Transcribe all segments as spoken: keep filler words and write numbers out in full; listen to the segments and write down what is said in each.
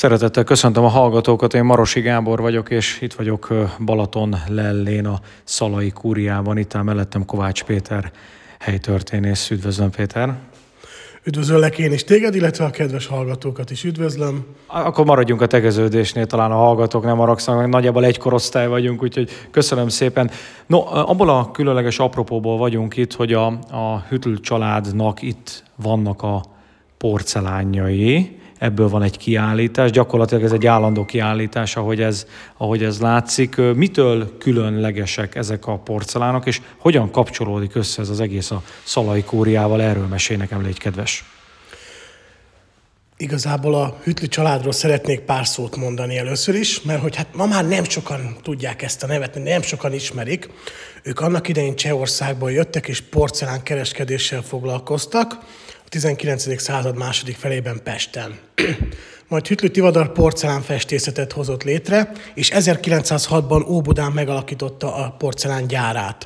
Szeretettel köszöntöm a hallgatókat, én Marosi Gábor vagyok, és itt vagyok Balaton Lellén a Szalai Kúriában. Itt áll mellettem Kovács Péter, helytörténész. Üdvözlöm, Péter! Üdvözöllek én is téged, illetve a kedves hallgatókat is üdvözlöm. Akkor maradjunk a tegeződésnél, talán a hallgatók nem haragszanak, nagyjából egy korosztály vagyunk, úgyhogy köszönöm szépen. No, abból a különleges apropóból vagyunk itt, hogy a, a Hüttl családnak itt vannak a porcelánjai, ebből van egy kiállítás, gyakorlatilag ez egy állandó kiállítás, ahogy ez, ahogy ez látszik. Mitől különlegesek ezek a porcelánok, és hogyan kapcsolódik össze ez az egész a Szalai Kúriával? Erről mesélj nekem, légy kedves. Igazából a Hüttl családról szeretnék pár szót mondani először is, mert hogy hát ma már nem sokan tudják ezt a nevet, nem sokan ismerik. Ők annak idején Csehországból jöttek, és porcelán kereskedéssel foglalkoztak a tizenkilencedik század második felében Pesten. Majd Hüttl Tivadar porcelánfestészetet hozott létre, és ezerkilencszázhatban Óbudán megalakította a porcelángyárát.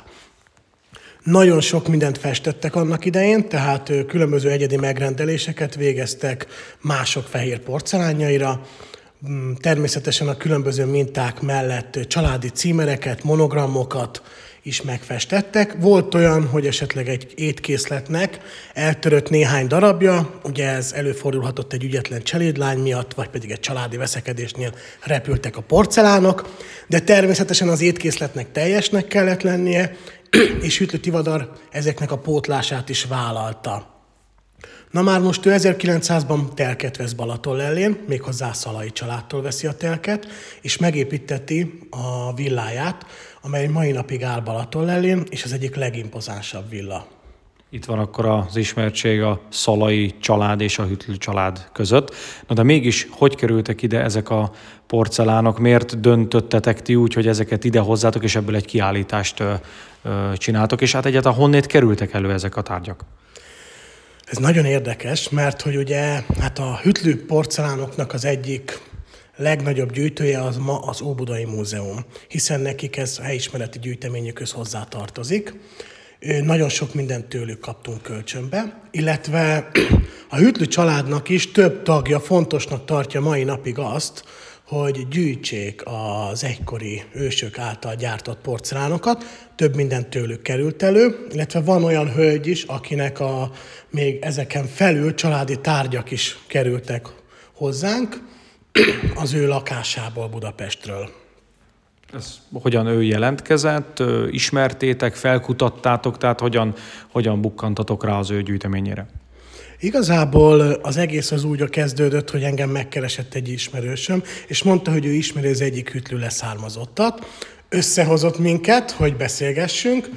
Nagyon sok mindent festettek annak idején, tehát különböző egyedi megrendeléseket végeztek mások fehér porcelánjaira. Természetesen a különböző minták mellett családi címereket, monogramokat is megfestettek. Volt olyan, hogy esetleg egy étkészletnek eltörött néhány darabja, ugye ez előfordulhatott egy ügyetlen cselédlány miatt, vagy pedig egy családi veszekedésnél repültek a porcelánok, de természetesen az étkészletnek teljesnek kellett lennie, és Hüttl Tivadar ezeknek a pótlását is vállalta. Na már most ő ezerkilencszázban telket vesz Balatonlellén, méghozzá Szalai családtól veszi a telket, és megépíteti a villáját, amely mai napig áll Balatonlellén, és az egyik legimpozánsabb villa. Itt van akkor az ismertség a Szalai család és a Hüttl család között. Na de mégis, hogy kerültek ide ezek a porcelánok? Miért döntöttetek ti úgy, hogy ezeket ide hozzátok, és ebből egy kiállítást ö, ö, csináltok? És hát egyáltalán honnét kerültek elő ezek a tárgyak? Ez nagyon érdekes, mert hogy ugye hát a Hüttl porcelánoknak az egyik legnagyobb gyűjtője az ma az Óbudai Múzeum, hiszen nekik ez helyismereti gyűjteményükhöz hozzá tartozik. Nagyon sok mindent tőlük kaptunk kölcsönbe, illetve a Hüttl családnak is több tagja fontosnak tartja mai napig azt, hogy gyűjtsék az egykori ősök által gyártott porcelánokat, több mindent tőlük került elő, illetve van olyan hölgy is, akinek a, még ezeken felül családi tárgyak is kerültek hozzánk az ő lakásából Budapestről. Ez hogyan ő jelentkezett, ismertétek, felkutattátok, tehát hogyan, hogyan bukkantatok rá az ő gyűjteményére? Igazából az egész az úgy kezdődött, hogy engem megkeresett egy ismerősöm, és mondta, hogy ő ismeri az egyik Hüttl leszármazottat. Összehozott minket, hogy beszélgessünk,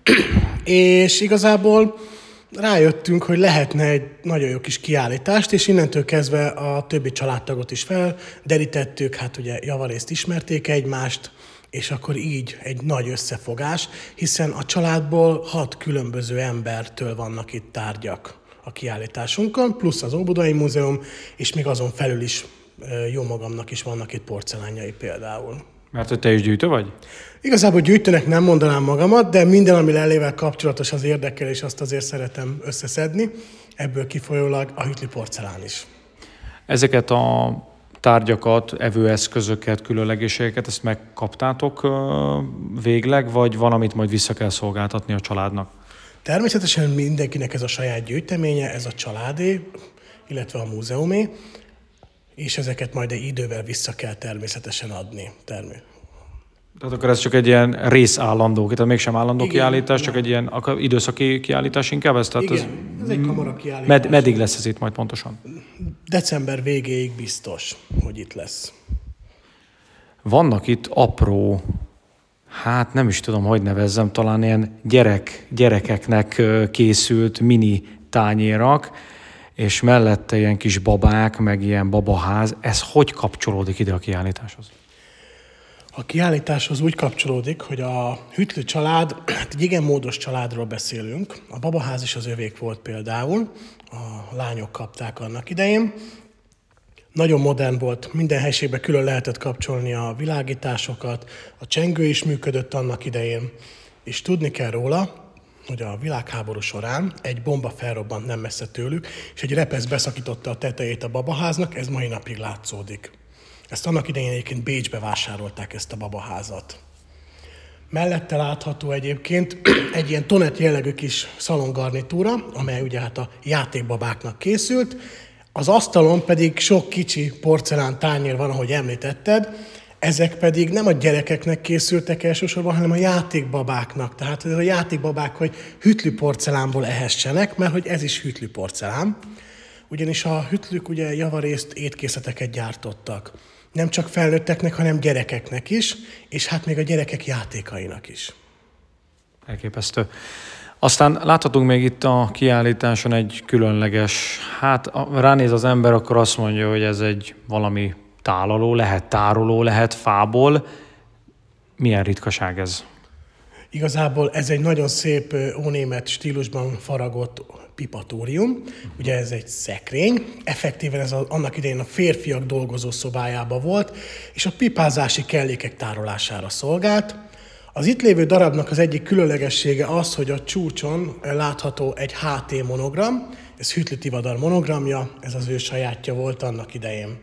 és igazából rájöttünk, hogy lehetne egy nagyon jó kis kiállítást, és innentől kezdve a többi családtagot is felderítettük, hát ugye javarészt ismerték egymást, és akkor így egy nagy összefogás, hiszen a családból hat különböző embertől vannak itt tárgyak a kiállításunkon, plusz az Óbudai Múzeum, és még azon felül is jó magamnak is vannak itt porcelánjai például. Mert hogy te is gyűjtő vagy? Igazából gyűjtőnek nem mondanám magamat, de minden, ami Lellével kapcsolatos, az érdekel, és azt azért szeretem összeszedni. Ebből kifolyólag a Hüttl porcelán is. Ezeket a tárgyakat, evőeszközöket, különlegességeket, ezt megkaptátok végleg, vagy van, amit majd vissza kell szolgáltatni a családnak? Természetesen mindenkinek ez a saját gyűjteménye, ez a családé, illetve a múzeumé, és ezeket majd egy idővel vissza kell természetesen adni. Termé- Tehát akkor ez csak egy ilyen részállandó, tehát mégsem állandó Igen, kiállítás, nem. csak egy ilyen időszaki kiállítás inkább ez? Tehát Igen, ez, ez egy kamara kiállítás. Med, meddig lesz ez itt majd pontosan? December végéig biztos, hogy itt lesz. Vannak itt apró, hát nem is tudom, hogy nevezzem, talán ilyen gyerek, gyerekeknek készült mini tányérak, és mellette ilyen kis babák, meg ilyen babaház. Ez hogy kapcsolódik ide a kiállításhoz? A kiállításhoz úgy kapcsolódik, hogy a Hüttl család, hát egy igen módos családról beszélünk. A babaház is az övék volt például, a lányok kapták annak idején. Nagyon modern volt, minden helységbe külön lehetett kapcsolni a világításokat, a csengő is működött annak idején, és tudni kell róla, hogy a világháború során egy bomba felrobbant nem messze tőlük, és egy repesz beszakította a tetejét a babaháznak, ez mai napig látszódik. Ezt annak idején egyébként Bécsbe vásárolták, ezt a babaházat. Mellette látható egyébként egy ilyen tonet jellegű kis szalongarnitúra, amely ugye hát a játékbabáknak készült, az asztalon pedig sok kicsi porcelán tányér van, ahogy említetted, ezek pedig nem a gyerekeknek készültek elsősorban, hanem a játékbabáknak. Tehát ez a játékbabák, hogy hütlű porcelánból ehessenek, mert hogy ez is hütlű porcelán. Ugyanis a hütlők ugye javarészt étkészleteket gyártottak. Nem csak felnőtteknek, hanem gyerekeknek is, és hát még a gyerekek játékainak is. Elképesztő. Aztán láthatunk még itt a kiállításon egy különleges, hát ránéz az ember, akkor azt mondja, hogy ez egy valami tálaló, lehet tároló, lehet fából. Milyen ritkaság ez? Igazából ez egy nagyon szép ónémet stílusban faragott pipatórium. Ugye ez egy szekrény, effektíven ez a, annak idején a férfiak dolgozó szobájában volt, és a pipázási kellékek tárolására szolgált. Az itt lévő darabnak az egyik különlegessége az, hogy a csúcson látható egy há té monogram, ez Hütli Tivadar monogramja, ez az ő sajátja volt annak idején.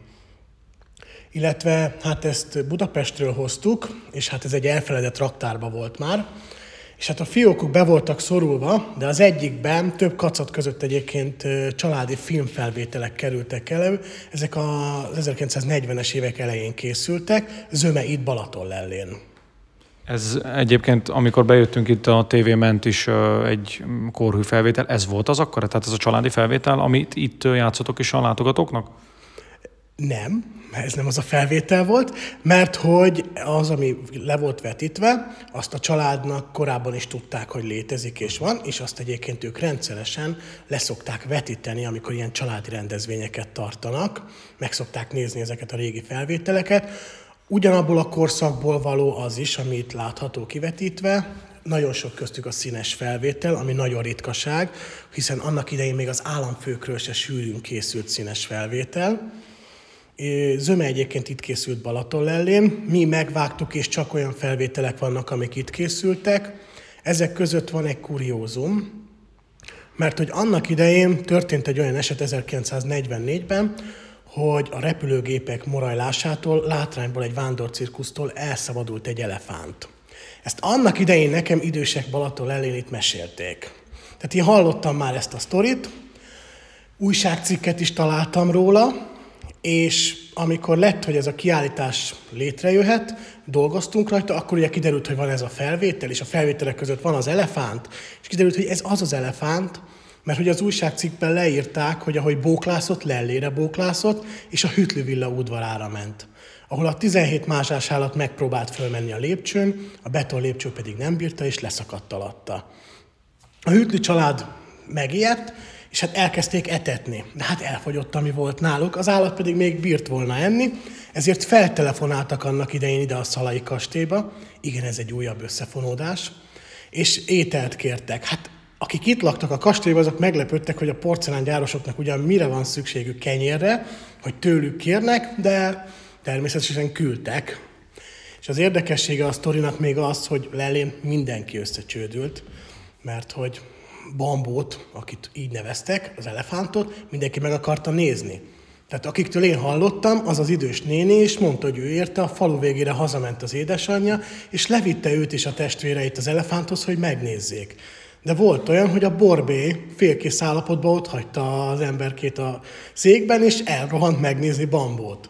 Illetve hát ezt Budapestről hoztuk, és hát ez egy elfeledett raktárba volt már, és hát a fiókok be voltak szorulva, de az egyikben több kacat között egyébként családi filmfelvételek kerültek elő, ezek az ezerkilencszáznegyvenes évek elején készültek, zöme itt Balatonlellén. Ez egyébként, amikor bejöttünk itt a tévé ment is egy korhű felvétel, ez volt az akkor? Tehát ez a családi felvétel, amit itt játszotok is a látogatóknak? Nem, ez nem az a felvétel volt, mert hogy az, ami le volt vetítve, azt a családnak korábban is tudták, hogy létezik és van, és azt egyébként ők rendszeresen leszokták vetíteni, amikor ilyen családi rendezvényeket tartanak, meg szokták nézni ezeket a régi felvételeket. Ugyanabból a korszakból való az is, ami itt látható kivetítve, nagyon sok köztük a színes felvétel, ami nagyon ritkaság, hiszen annak idején még az államfőkről se sűrűn készült színes felvétel. Zöme egyébként itt készült Balatonlellén, mi megvágtuk, és csak olyan felvételek vannak, amik itt készültek. Ezek között van egy kuriózum, mert hogy annak idején történt egy olyan eset ezerkilencszáznegyvennégyben, hogy a repülőgépek morajlásától, látrányból egy vándorcirkusztól elszabadult egy elefánt. Ezt annak idején nekem idősek Balatonlellén itt mesélték. Tehát én hallottam már ezt a sztorit, újságcikket is találtam róla, és amikor lett, hogy ez a kiállítás létrejöhet, dolgoztunk rajta, akkor ugye kiderült, hogy van ez a felvétel, és a felvételek között van az elefánt, és kiderült, hogy ez az az elefánt, mert hogy az újságcikkben leírták, hogy ahogy bóklászott, Lellére bóklászott, és a Hütli villa udvarára ment, ahol a tizenhét mázsás állat megpróbált fölmenni a lépcsőn, a beton lépcső pedig nem bírta, és leszakadt alatta. A Hütli család megijedt, és hát elkezdték etetni. De hát elfogyott, ami volt náluk, az állat pedig még bírt volna enni, ezért feltelefonáltak annak idején ide a Szalai kastélyba, igen, ez egy újabb összefonódás, és ételt kértek. Hát akik itt laktak a kastélyban, azok meglepődtek, hogy a porcelángyárosoknak ugyan mire van szükségük, kenyérre, hogy tőlük kérnek, de természetesen küldtek. És az érdekessége a sztorinak még az, hogy Lellén mindenki összecsődült, mert hogy Bambót, akit így neveztek, az elefántot, mindenki meg akarta nézni. Tehát akiktől én hallottam, az az idős néni, és mondta, hogy ő érte, a falu végére hazament az édesanyja, és levitte őt és a testvéreit az elefánthoz, hogy megnézzék. De volt olyan, hogy a borbé félkész állapotban ott hagyta az emberkét a székben, és elrohant megnézni Bambót.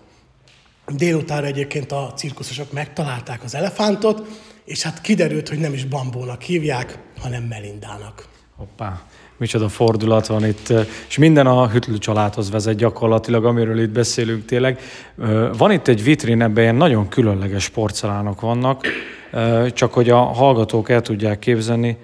Délután egyébként a cirkuszosok megtalálták az elefántot, és hát kiderült, hogy nem is Bambónak hívják, hanem Melindának. Hoppá, micsoda fordulat van itt, és minden a Hütli családhoz vezet gyakorlatilag, amiről itt beszélünk tényleg. Van itt egy vitrin, ebben ilyen nagyon különleges porcelánok vannak, csak hogy a hallgatók el tudják képzelni,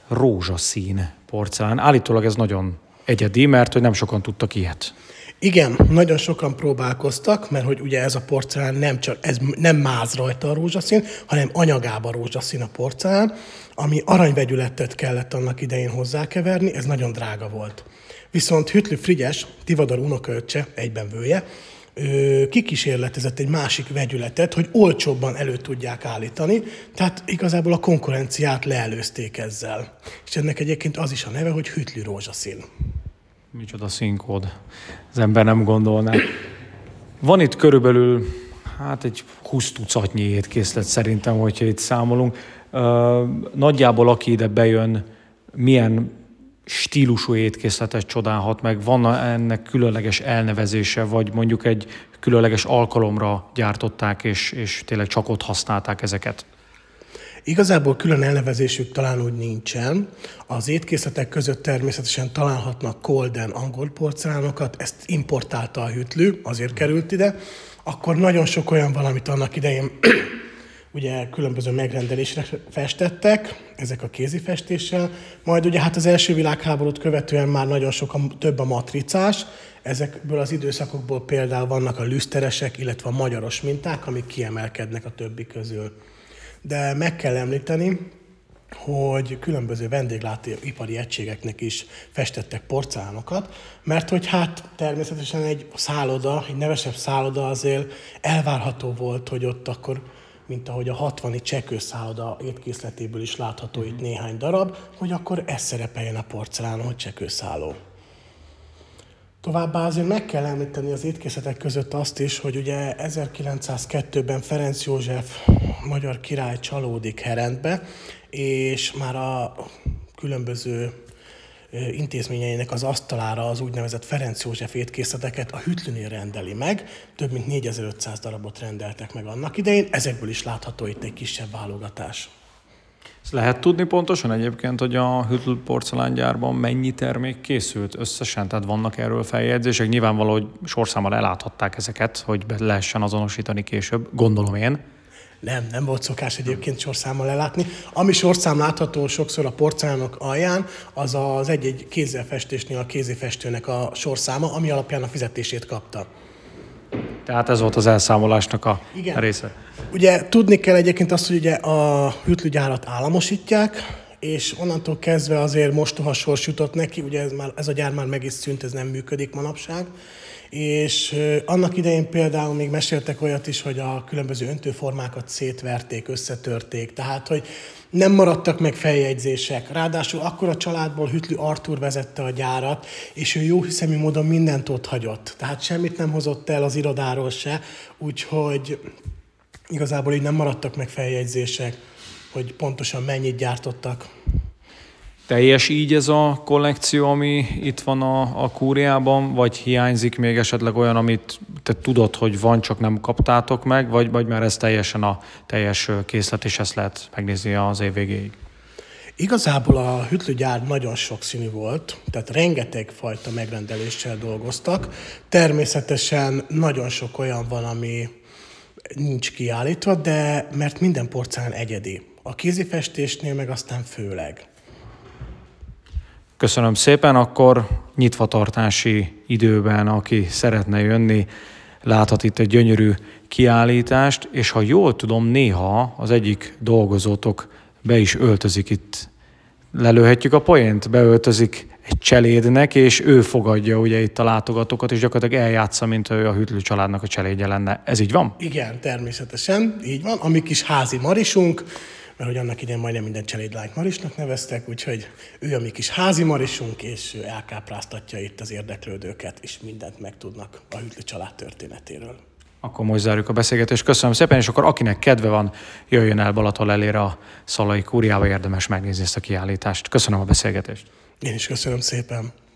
rózsaszín porcelán. Állítólag ez nagyon egyedi, mert hogy nem sokan tudtak ilyet. Igen, nagyon sokan próbálkoztak, mert hogy ugye ez a porcelán nem csak, ez nem máz rajta a rózsaszín, hanem anyagában rózsaszín a porcelán, ami aranyvegyületet kellett annak idején hozzákeverni, ez nagyon drága volt. Viszont Hütli Frigyes, Tivadar unokaöccse, egyben vője, kikísérletezett egy másik vegyületet, hogy olcsóbban elő tudják állítani, tehát igazából a konkurenciát leelőzték ezzel. És ennek egyébként az is a neve, hogy hütlü rózsaszín. Micsoda színkód. Az ember nem gondolná. Van itt körülbelül hát egy húsz tucatnyi étkészlet szerintem, hogyha itt számolunk. Nagyjából aki ide bejön, milyen stílusú étkészletet csodálhat meg? Van ennek különleges elnevezése, vagy mondjuk egy különleges alkalomra gyártották, és, és tényleg csak ott használták ezeket? Igazából külön elnevezésük talán úgy nincsen. Az étkészletek között természetesen találhatnak Kolden angol porcelánokat, ezt importálta a hütlü, azért került ide. Akkor nagyon sok olyan valamit annak idején ugye különböző megrendelésre festettek, ezek a kézifestéssel. Majd ugye hát az első világháborút követően már nagyon sok a, több a matricás. Ezekből az időszakokból például vannak a lüszteresek, illetve a magyaros minták, amik kiemelkednek a többi közül. De meg kell említeni, hogy különböző vendéglátóipari egységeknek is festettek porcelánokat, mert hogy hát természetesen egy szálloda, egy nevesebb szálloda azért elvárható volt, hogy ott akkor, mint ahogy a hatvani csekkőszálloda étkészletéből is látható itt néhány darab, hogy akkor ez szerepeljen a porcelánon, hogy csekkőszálló. Továbbá azért meg kell említeni az étkészletek között azt is, hogy ugye ezerkilencszázkettőben Ferenc József magyar király csalódik Herendbe, és már a különböző intézményeinek az asztalára az úgynevezett Ferenc József étkészleteket a hütlünél rendeli meg. Több mint négyezer-ötszáz darabot rendeltek meg annak idején, ezekből is látható itt egy kisebb válogatás. Ezt lehet tudni pontosan egyébként, hogy a Hütl porcelángyárban mennyi termék készült összesen? Tehát vannak erről feljegyzések? Nyilvánvaló, hogy sorszámmal elláthatták ezeket, hogy be lehessen azonosítani később, gondolom én. Nem, nem volt szokás egyébként sorszámmal lelátni. Ami sorszám látható sokszor a porcelánok alján, az az egy-egy kézzelfestésnél a kézifestőnek a sorszáma, ami alapján a fizetését kapta. Tehát ez volt az elszámolásnak a Igen. része. Ugye tudni kell egyébként azt, hogy ugye a hütlügyárat államosítják, és onnantól kezdve azért mostoha sors jutott neki, ugye ez, már, ez a gyár már meg is szűnt, ez nem működik manapság. És annak idején például még meséltek olyat is, hogy a különböző öntőformákat szétverték, összetörték, tehát hogy nem maradtak meg feljegyzések. Ráadásul akkor a családból Hütlü Artúr vezette a gyárat, és ő jóhiszemű módon mindent ott hagyott. Tehát semmit nem hozott el az irodáról se, úgyhogy igazából így nem maradtak meg feljegyzések, hogy pontosan mennyit gyártottak. Teljes így ez a kollekció, ami itt van a, a kúriában, vagy hiányzik még esetleg olyan, amit te tudod, hogy van, csak nem kaptátok meg, vagy, vagy már ez teljesen a teljes készlet, és ezt lehet megnézni az év végéig? Igazából a hütlügyár nagyon sokszínű volt, tehát rengeteg fajta megrendeléssel dolgoztak. Természetesen nagyon sok olyan van, ami nincs kiállítva, de mert minden porcelán egyedi. A kézifestésnél meg aztán főleg. Köszönöm szépen, akkor nyitvatartási időben, aki szeretne jönni, láthat itt egy gyönyörű kiállítást, és ha jól tudom, néha az egyik dolgozótok be is öltözik itt. Lelőhetjük a poént, beöltözik egy cselédnek, és ő fogadja ugye itt a látogatókat, és gyakorlatilag eljátsza, mint ő a Hütlü családnak a cselédje lenne. Ez így van? Igen, természetesen, így van. A mi kis házi marisunk, mert hogy annak idején majdnem minden cselédlányt Marisnak neveztek, úgyhogy ő a mi kis házi Marisunk, és ő elkápráztatja itt az érdeklődőket, és mindent megtudnak a Hütlü család történetéről. Akkor most zárjuk a beszélgetést. Köszönöm szépen, és akkor akinek kedve van, jöjjön el Balaton elére a Szalai Kúriába, érdemes megnézni ezt a kiállítást. Köszönöm a beszélgetést. Én is köszönöm szépen.